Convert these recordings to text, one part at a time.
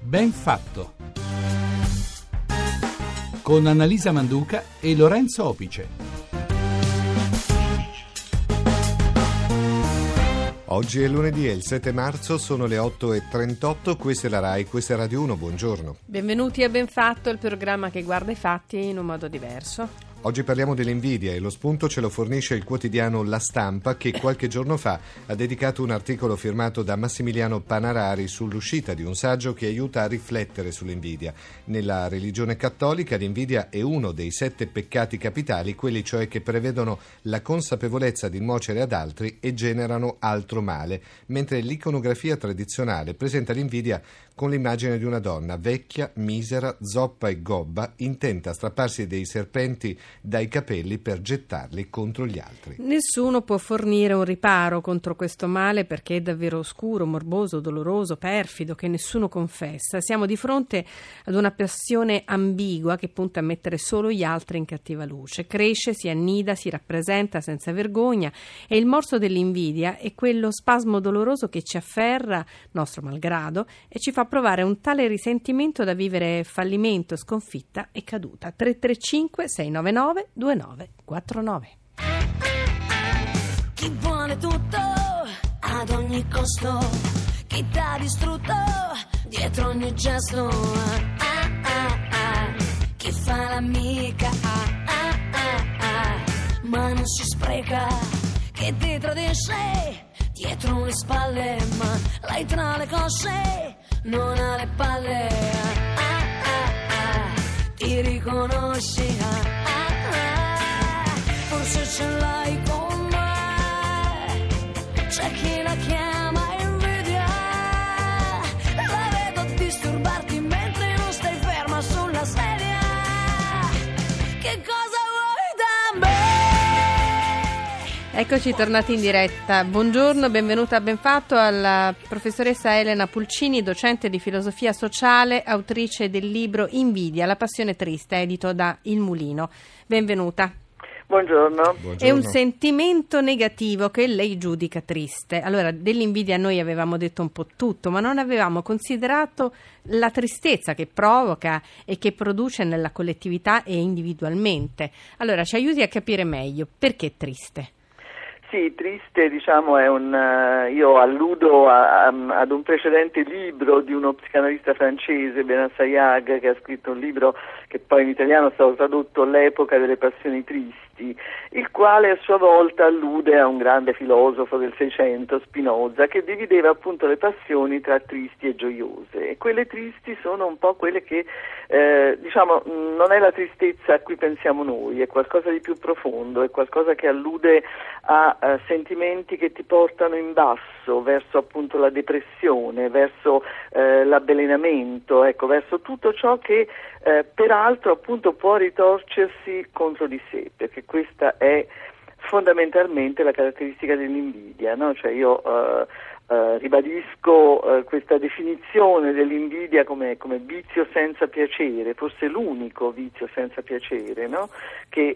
Ben fatto. Con Annalisa Manduca e Lorenzo Opice. Oggi è lunedì, è il 7 marzo, sono le 8:38, questa è la RAI, questa è Radio 1, buongiorno. Benvenuti a Ben fatto, il programma che guarda i fatti in un modo diverso. Oggi parliamo dell'invidia e lo spunto ce lo fornisce il quotidiano La Stampa, che qualche giorno fa ha dedicato un articolo firmato da Massimiliano Panarari sull'uscita di un saggio che aiuta a riflettere sull'invidia. Nella religione cattolica l'invidia è uno dei 7 peccati capitali, quelli cioè che prevedono la consapevolezza di nuocere ad altri e generano altro male, mentre l'iconografia tradizionale presenta l'invidia con l'immagine di una donna vecchia, misera, zoppa e gobba, intenta a strapparsi dei serpenti dai capelli per gettarli contro gli altri. Nessuno può fornire un riparo contro questo male perché è davvero oscuro, morboso, doloroso, perfido, che nessuno confessa. Siamo di fronte ad una passione ambigua che punta a mettere solo gli altri in cattiva luce. Cresce, si annida, si rappresenta senza vergogna e il morso dell'invidia è quello spasmo doloroso che ci afferra, nostro malgrado, e ci fa provare un tale risentimento da vivere fallimento, sconfitta e caduta. 335 699 2949. Chi vuole tutto ad ogni costo, chi t'ha distrutto dietro ogni gesto, chi fa l'amica, ma non si spreca, che ti tradisce dietro le spalle, ma lei tra le cosce non ha le palle, ti riconosci, forse ce l'hai con me, c'è chi la chiama invidia, la vedo disturbarti mentre non stai ferma sulla sedia, che cosa vuoi da me? Eccoci tornati in diretta. Buongiorno, benvenuta a Ben fatto alla professoressa Elena Pulcini, docente di filosofia sociale, autrice del libro Invidia, la passione triste, edito da Il Mulino. Benvenuta. Buongiorno. È un sentimento negativo che lei giudica triste. Allora, dell'invidia noi avevamo detto un po' tutto, ma non avevamo considerato la tristezza che provoca e che produce nella collettività e individualmente. Allora, ci aiuti a capire meglio perché è triste. Sì, triste, diciamo, è io alludo ad un precedente libro di uno psicanalista francese, Bernard Sailhague, che ha scritto un libro che poi in italiano è stato tradotto L'epoca delle passioni tristi, il quale a sua volta allude a un grande filosofo del Seicento, Spinoza, che divideva appunto le passioni tra tristi e gioiose, e quelle tristi sono un po' quelle che diciamo non è la tristezza a cui pensiamo noi, è qualcosa di più profondo, è qualcosa che allude a sentimenti che ti portano in basso, verso appunto la depressione, verso l'avvelenamento, ecco, verso tutto ciò che peraltro appunto può ritorcersi contro di sé, perché questa è fondamentalmente la caratteristica dell'invidia, no? Cioè io ribadisco questa definizione dell'invidia come vizio senza piacere, forse l'unico vizio senza piacere, no? Che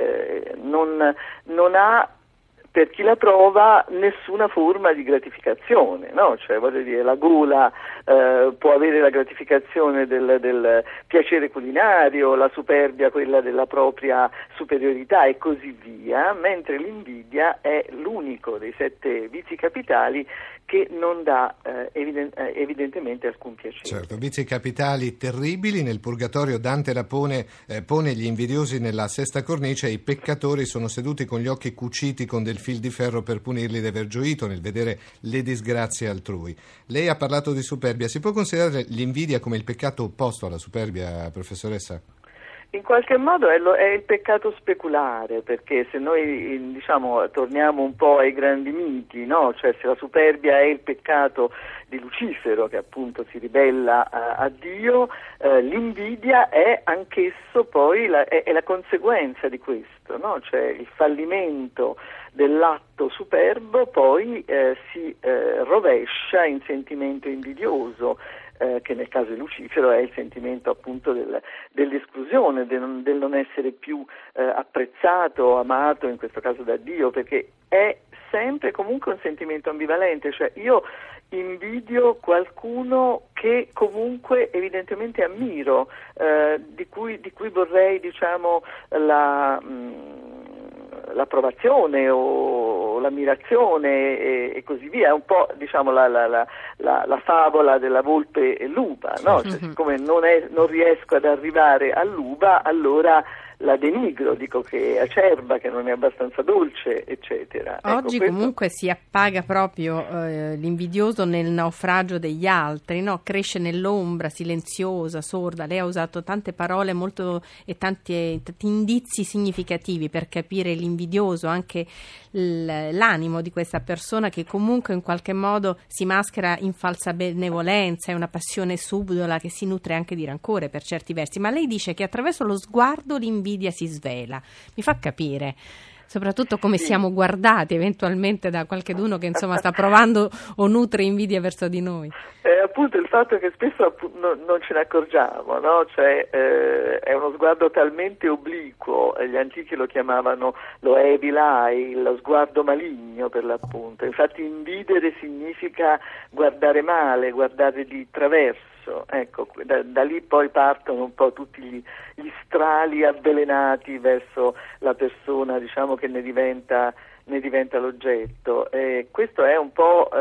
non ha per chi la prova nessuna forma di gratificazione, no? Cioè, voglio dire, la gola può avere la gratificazione del piacere culinario, la superbia quella della propria superiorità e così via, mentre l'invidia è l'unico dei 7 vizi capitali che non dà evidentemente alcun piacere. Certo, vizi capitali terribili. Nel Purgatorio Dante la pone gli invidiosi nella sesta cornice e i peccatori sono seduti con gli occhi cuciti con del fil di ferro per punirli di aver gioito nel vedere le disgrazie altrui. Lei ha parlato di superbia. Si può considerare l'invidia come il peccato opposto alla superbia, professoressa? In qualche modo è il peccato speculare, perché se noi diciamo torniamo un po' ai grandi miti, no? Cioè se la superbia è il peccato di Lucifero, che appunto si ribella a Dio, l'invidia è anch'esso poi è la conseguenza di questo, no? Cioè il fallimento dell'atto superbo poi si rovescia in sentimento invidioso, che nel caso di Lucifero è il sentimento appunto dell'esclusione, del non essere più apprezzato, amato, in questo caso da Dio, perché è sempre comunque un sentimento ambivalente, cioè io invidio qualcuno che comunque evidentemente ammiro, di cui vorrei, diciamo, l'approvazione o l'ammirazione e così via. È un po', diciamo, la favola della volpe e l'uva, no? Cioè, siccome non riesco ad arrivare all'uva, allora la denigro, dico che è acerba, che non è abbastanza dolce, eccetera. Oggi ecco, comunque si appaga proprio l'invidioso nel naufragio degli altri, no? Cresce nell'ombra, silenziosa, sorda. Lei ha usato tante parole e tanti indizi significativi per capire l'invidioso, anche l'animo di questa persona che comunque in qualche modo si maschera in falsa benevolenza, è una passione subdola che si nutre anche di rancore per certi versi. Ma lei dice che attraverso lo sguardo l'invidia si svela. Mi fa capire soprattutto come siamo guardati eventualmente da qualcheduno che insomma sta provando o nutre invidia verso di noi. Appunto il fatto che spesso non ce ne accorgiamo, no? Cioè, è uno sguardo talmente obliquo, gli antichi lo chiamavano lo evil eye, lo sguardo maligno per l'appunto. Infatti invidere significa guardare male, guardare di traverso. Ecco, da lì poi partono un po' tutti gli strali avvelenati verso la persona, diciamo, che ne diventa l'oggetto. Questo è un po'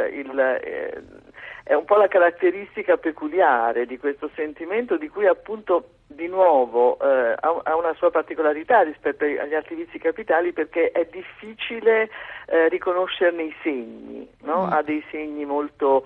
è un po' la caratteristica peculiare di questo sentimento, di cui appunto di nuovo ha una sua particolarità rispetto agli altri vizi capitali, perché è difficile riconoscerne i segni, no? Ha dei segni molto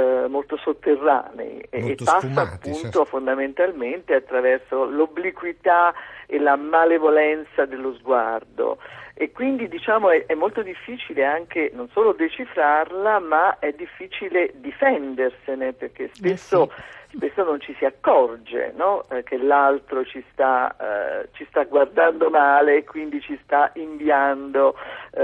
sotterranei molto e passa sfumati, appunto, certo, fondamentalmente attraverso l'obliquità e la malevolenza dello sguardo. E quindi, diciamo, è molto difficile anche non solo decifrarla, ma è difficile difendersene, perché spesso non ci si accorge, no? Che l'altro ci sta guardando male e quindi ci sta inviando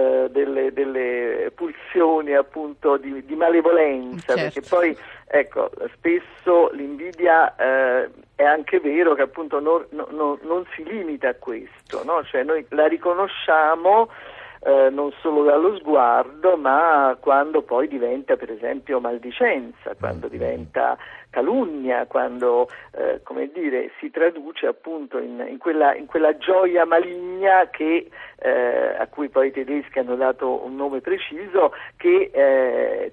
delle pulsioni appunto di malevolenza, certo, perché poi ecco, spesso l'invidia è anche vero che appunto non si limita a questo, no? Cioè noi la riconosciamo non solo dallo sguardo, ma quando poi diventa per esempio maldicenza, quando diventa calunnia, quando si traduce appunto in quella gioia maligna che a cui poi i tedeschi hanno dato un nome preciso, che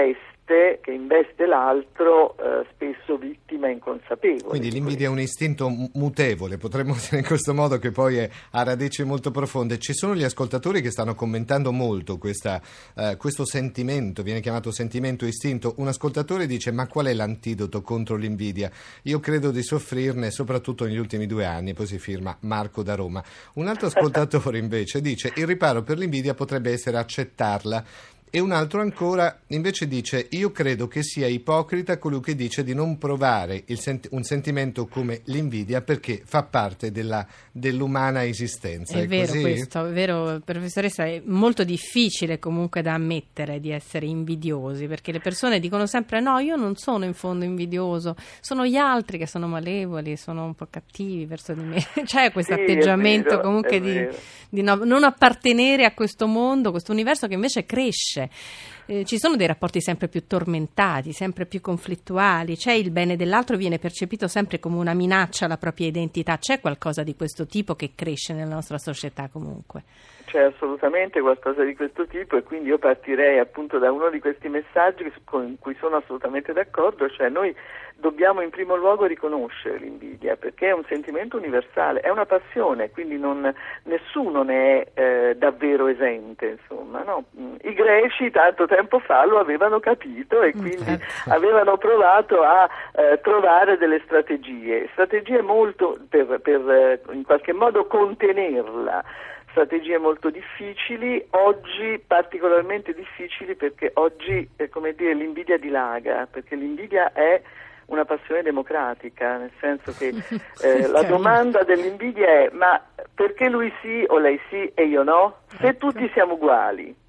che investe l'altro, spesso vittima inconsapevole. Quindi l'invidia è un istinto mutevole, potremmo dire in questo modo, che poi ha radici molto profonde. Ci sono gli ascoltatori che stanno commentando molto questo sentimento, viene chiamato sentimento istinto. Un ascoltatore dice: ma qual è l'antidoto contro l'invidia? Io credo di soffrirne soprattutto negli ultimi 2 anni, poi si firma Marco da Roma. Un altro ascoltatore invece dice: il riparo per l'invidia potrebbe essere accettarla. E un altro ancora invece dice: io credo che sia ipocrita colui che dice di non provare un sentimento come l'invidia, perché fa parte dell'umana esistenza. È vero così? Questo, è vero, professoressa, è molto difficile comunque da ammettere di essere invidiosi, perché le persone dicono sempre: no, io non sono in fondo invidioso, sono gli altri che sono malevoli, sono un po' cattivi verso di me. C'è questo atteggiamento comunque di non appartenere a questo mondo, questo universo che invece cresce. Ci sono dei rapporti sempre più tormentati, sempre più conflittuali, c'è il bene dell'altro, viene percepito sempre come una minaccia alla propria identità. C'è qualcosa di questo tipo che cresce nella nostra società comunque? C'è assolutamente qualcosa di questo tipo, e quindi io partirei appunto da uno di questi messaggi con cui sono assolutamente d'accordo, cioè noi dobbiamo in primo luogo riconoscere l'invidia, perché è un sentimento universale, è una passione, quindi nessuno ne è davvero esente, insomma, no? I greci tanto tempo fa lo avevano capito e quindi avevano provato a trovare delle strategie molto per in qualche modo contenerla. Strategie molto difficili, oggi particolarmente difficili, perché oggi l'invidia dilaga, perché l'invidia è una passione democratica, nel senso che la domanda dell'invidia è: ma perché lui sì o lei sì e io no? Se tutti siamo uguali,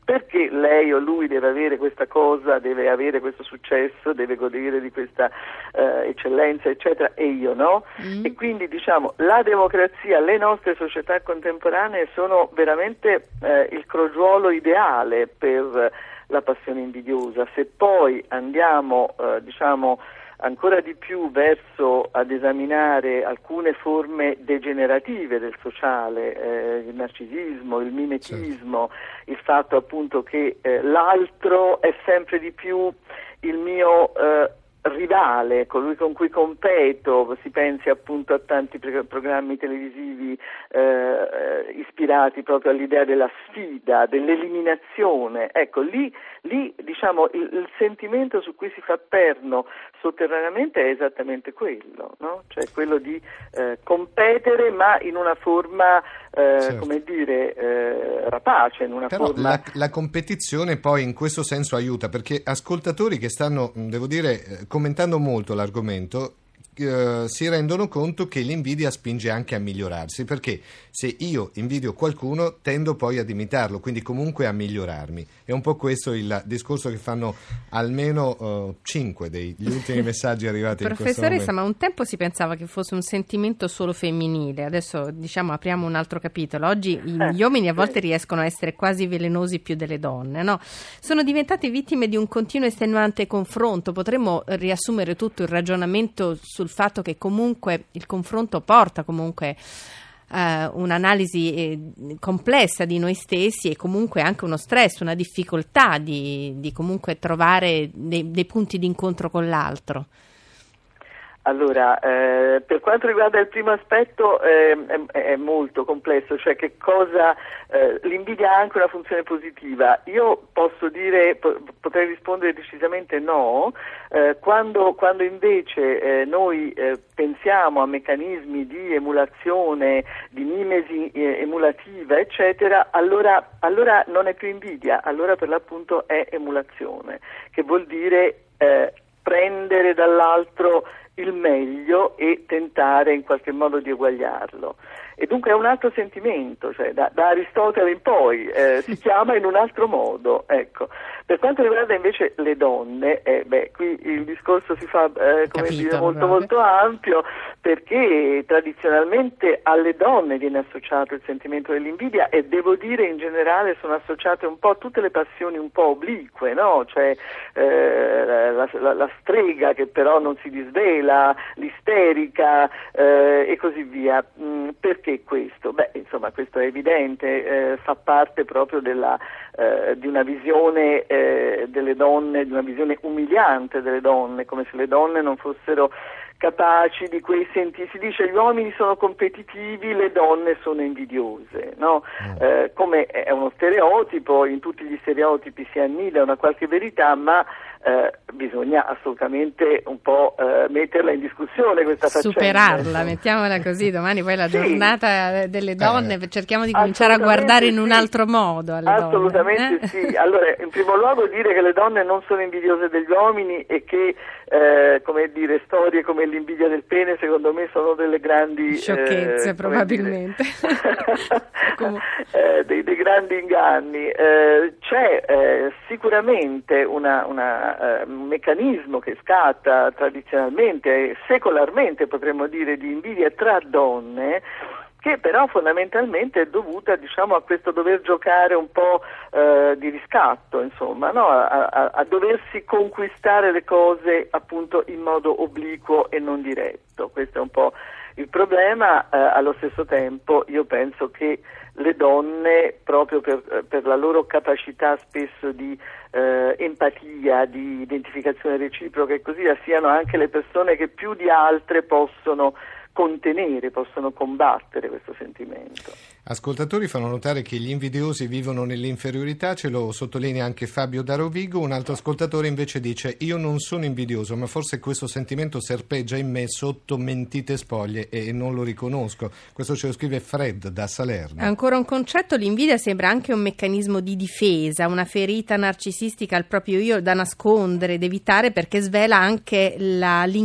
perché lei o lui deve avere questa cosa, deve avere questo successo, deve godere di questa eccellenza, eccetera, e io no. E quindi diciamo la democrazia, le nostre società contemporanee sono veramente il crogiuolo ideale per la passione invidiosa. Se poi andiamo diciamo ancora di più verso ad esaminare alcune forme degenerative del sociale, il narcisismo, il mimetismo, il fatto appunto che l'altro è sempre di più il mio rivale, colui con cui competo, si pensi appunto a tanti programmi televisivi ispirati proprio all'idea della sfida, dell'eliminazione. Ecco, lì diciamo il sentimento su cui si fa perno sotterraneamente è esattamente quello, no? Cioè quello di competere ma in una forma certo. come dire rapace, in una Però forma... la competizione poi in questo senso aiuta, perché ascoltatori che stanno, devo dire, commentando molto l'argomento si rendono conto che l'invidia spinge anche a migliorarsi, perché se io invidio qualcuno tendo poi ad imitarlo, quindi comunque a migliorarmi. È un po' questo il discorso che fanno almeno 5 degli ultimi messaggi arrivati in questo momento. Professoressa, ma un tempo si pensava che fosse un sentimento solo femminile, adesso diciamo apriamo un altro capitolo. Oggi gli uomini a volte riescono a essere quasi velenosi più delle donne, no? Sono diventate vittime di un continuo estenuante confronto. Potremmo riassumere tutto il ragionamento sul fatto che comunque il confronto porta comunque un'analisi complessa di noi stessi e comunque anche uno stress, una difficoltà di comunque trovare dei punti di incontro con l'altro. Allora, per quanto riguarda il primo aspetto è molto complesso, cioè che cosa l'invidia ha anche una funzione positiva. Io posso dire, potrei rispondere decisamente no, quando invece noi pensiamo a meccanismi di emulazione, di mimesi emulativa, eccetera, allora non è più invidia, allora per l'appunto è emulazione, che vuol dire prendere dall'altro il meglio e tentare in qualche modo di eguagliarlo. E dunque è un altro sentimento, cioè da Aristotele in poi si chiama in un altro modo, ecco. Per quanto riguarda invece le donne, qui il discorso si fa molto ampio, perché tradizionalmente alle donne viene associato il sentimento dell'invidia e devo dire in generale sono associate un po' tutte le passioni un po' oblique, no? Cioè la strega che però non si disvela, l'isterica e così via. Perché questo? Insomma, questo è evidente, fa parte proprio di una visione delle donne, di una visione umiliante delle donne, come se le donne non fossero capaci di quei sentimenti. Si dice gli uomini sono competitivi, le donne sono invidiose, no? Come è uno stereotipo, in tutti gli stereotipi si annida una qualche verità, ma bisogna assolutamente un po' metterla in discussione questa faccenda. Superarla, mettiamola così, domani poi la giornata delle donne, cerchiamo di cominciare a guardare in un altro modo alle assolutamente donne. Sì, allora in primo luogo dire che le donne non sono invidiose degli uomini e che come dire, storie come l'invidia del pene secondo me sono delle grandi sciocchezze probabilmente dei grandi inganni. C'è sicuramente un meccanismo che scatta tradizionalmente, secolarmente potremmo dire, di invidia tra donne, che però fondamentalmente è dovuta, diciamo, a questo dover giocare un po' di riscatto, insomma, no? a doversi conquistare le cose appunto in modo obliquo e non diretto. Questo è un po' il problema. Allo stesso tempo io penso che le donne, proprio per la loro capacità spesso di empatia, di identificazione reciproca e così via, siano anche le persone che più di altre possono contenere, possono combattere questo sentimento. Ascoltatori fanno notare che gli invidiosi vivono nell'inferiorità, ce lo sottolinea anche Fabio da Rovigo. Un altro ascoltatore invece dice: io non sono invidioso, ma forse questo sentimento serpeggia in me sotto mentite spoglie e non lo riconosco. Questo ce lo scrive Fred da Salerno. Ancora un concetto: l'invidia sembra anche un meccanismo di difesa, una ferita narcisistica al proprio io da nascondere ed evitare, perché svela anche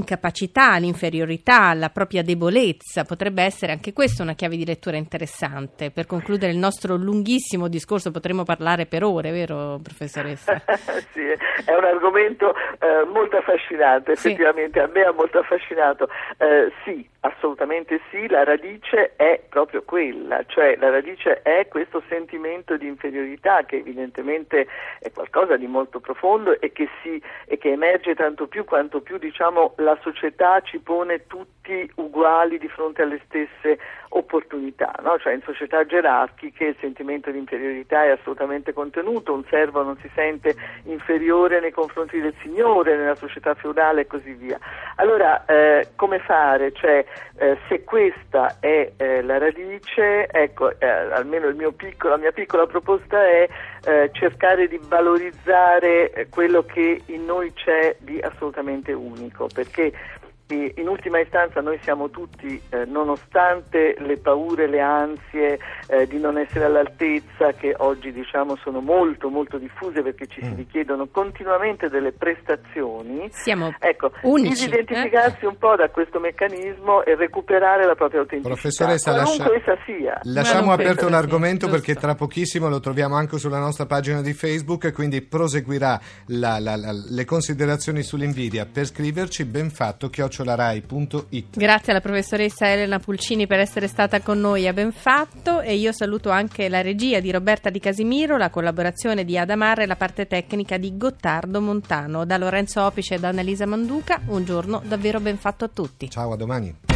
l'incapacità, l'inferiorità, la propria debolezza. Potrebbe essere anche questa una chiave di lettura interessante. affascinante. Per concludere il nostro lunghissimo discorso potremmo parlare per ore, vero professoressa? Sì, è un argomento molto affascinante, effettivamente a me ha molto affascinato. Sì, assolutamente sì, la radice è proprio quella, cioè la radice è questo sentimento di inferiorità che evidentemente è qualcosa di molto profondo e che emerge tanto più quanto più, diciamo, la società ci pone tutti uguali di fronte alle stesse opportunità, no? Cioè in società gerarchiche il sentimento di inferiorità è assolutamente contenuto, un servo non si sente inferiore nei confronti del signore, nella società feudale e così via. Allora, come fare? Cioè, se questa è la radice, ecco, almeno la mia piccola proposta è cercare di valorizzare quello che in noi c'è di assolutamente unico, perché in ultima istanza noi siamo tutti, nonostante le paure, le ansie di non essere all'altezza, che oggi diciamo sono molto molto diffuse perché ci si richiedono continuamente delle prestazioni, siamo di unici, identificarsi un po' da questo meccanismo e recuperare la propria autenticità. Professoressa, qualunque essa sia. Lasciamo aperto l'argomento giusto. perché tra pochissimo lo troviamo anche sulla nostra pagina di Facebook, quindi proseguirà le considerazioni sull'invidia. Per scriverci benfatto@rai.it. Grazie alla professoressa Elena Pulcini per essere stata con noi a Benfatto, e io saluto anche la regia di Roberta Di Casimiro, la collaborazione di Adamarre e la parte tecnica di Gottardo Montano. Da Lorenzo Opice e da Annalisa Manduca, un giorno davvero ben fatto a tutti. Ciao, a domani.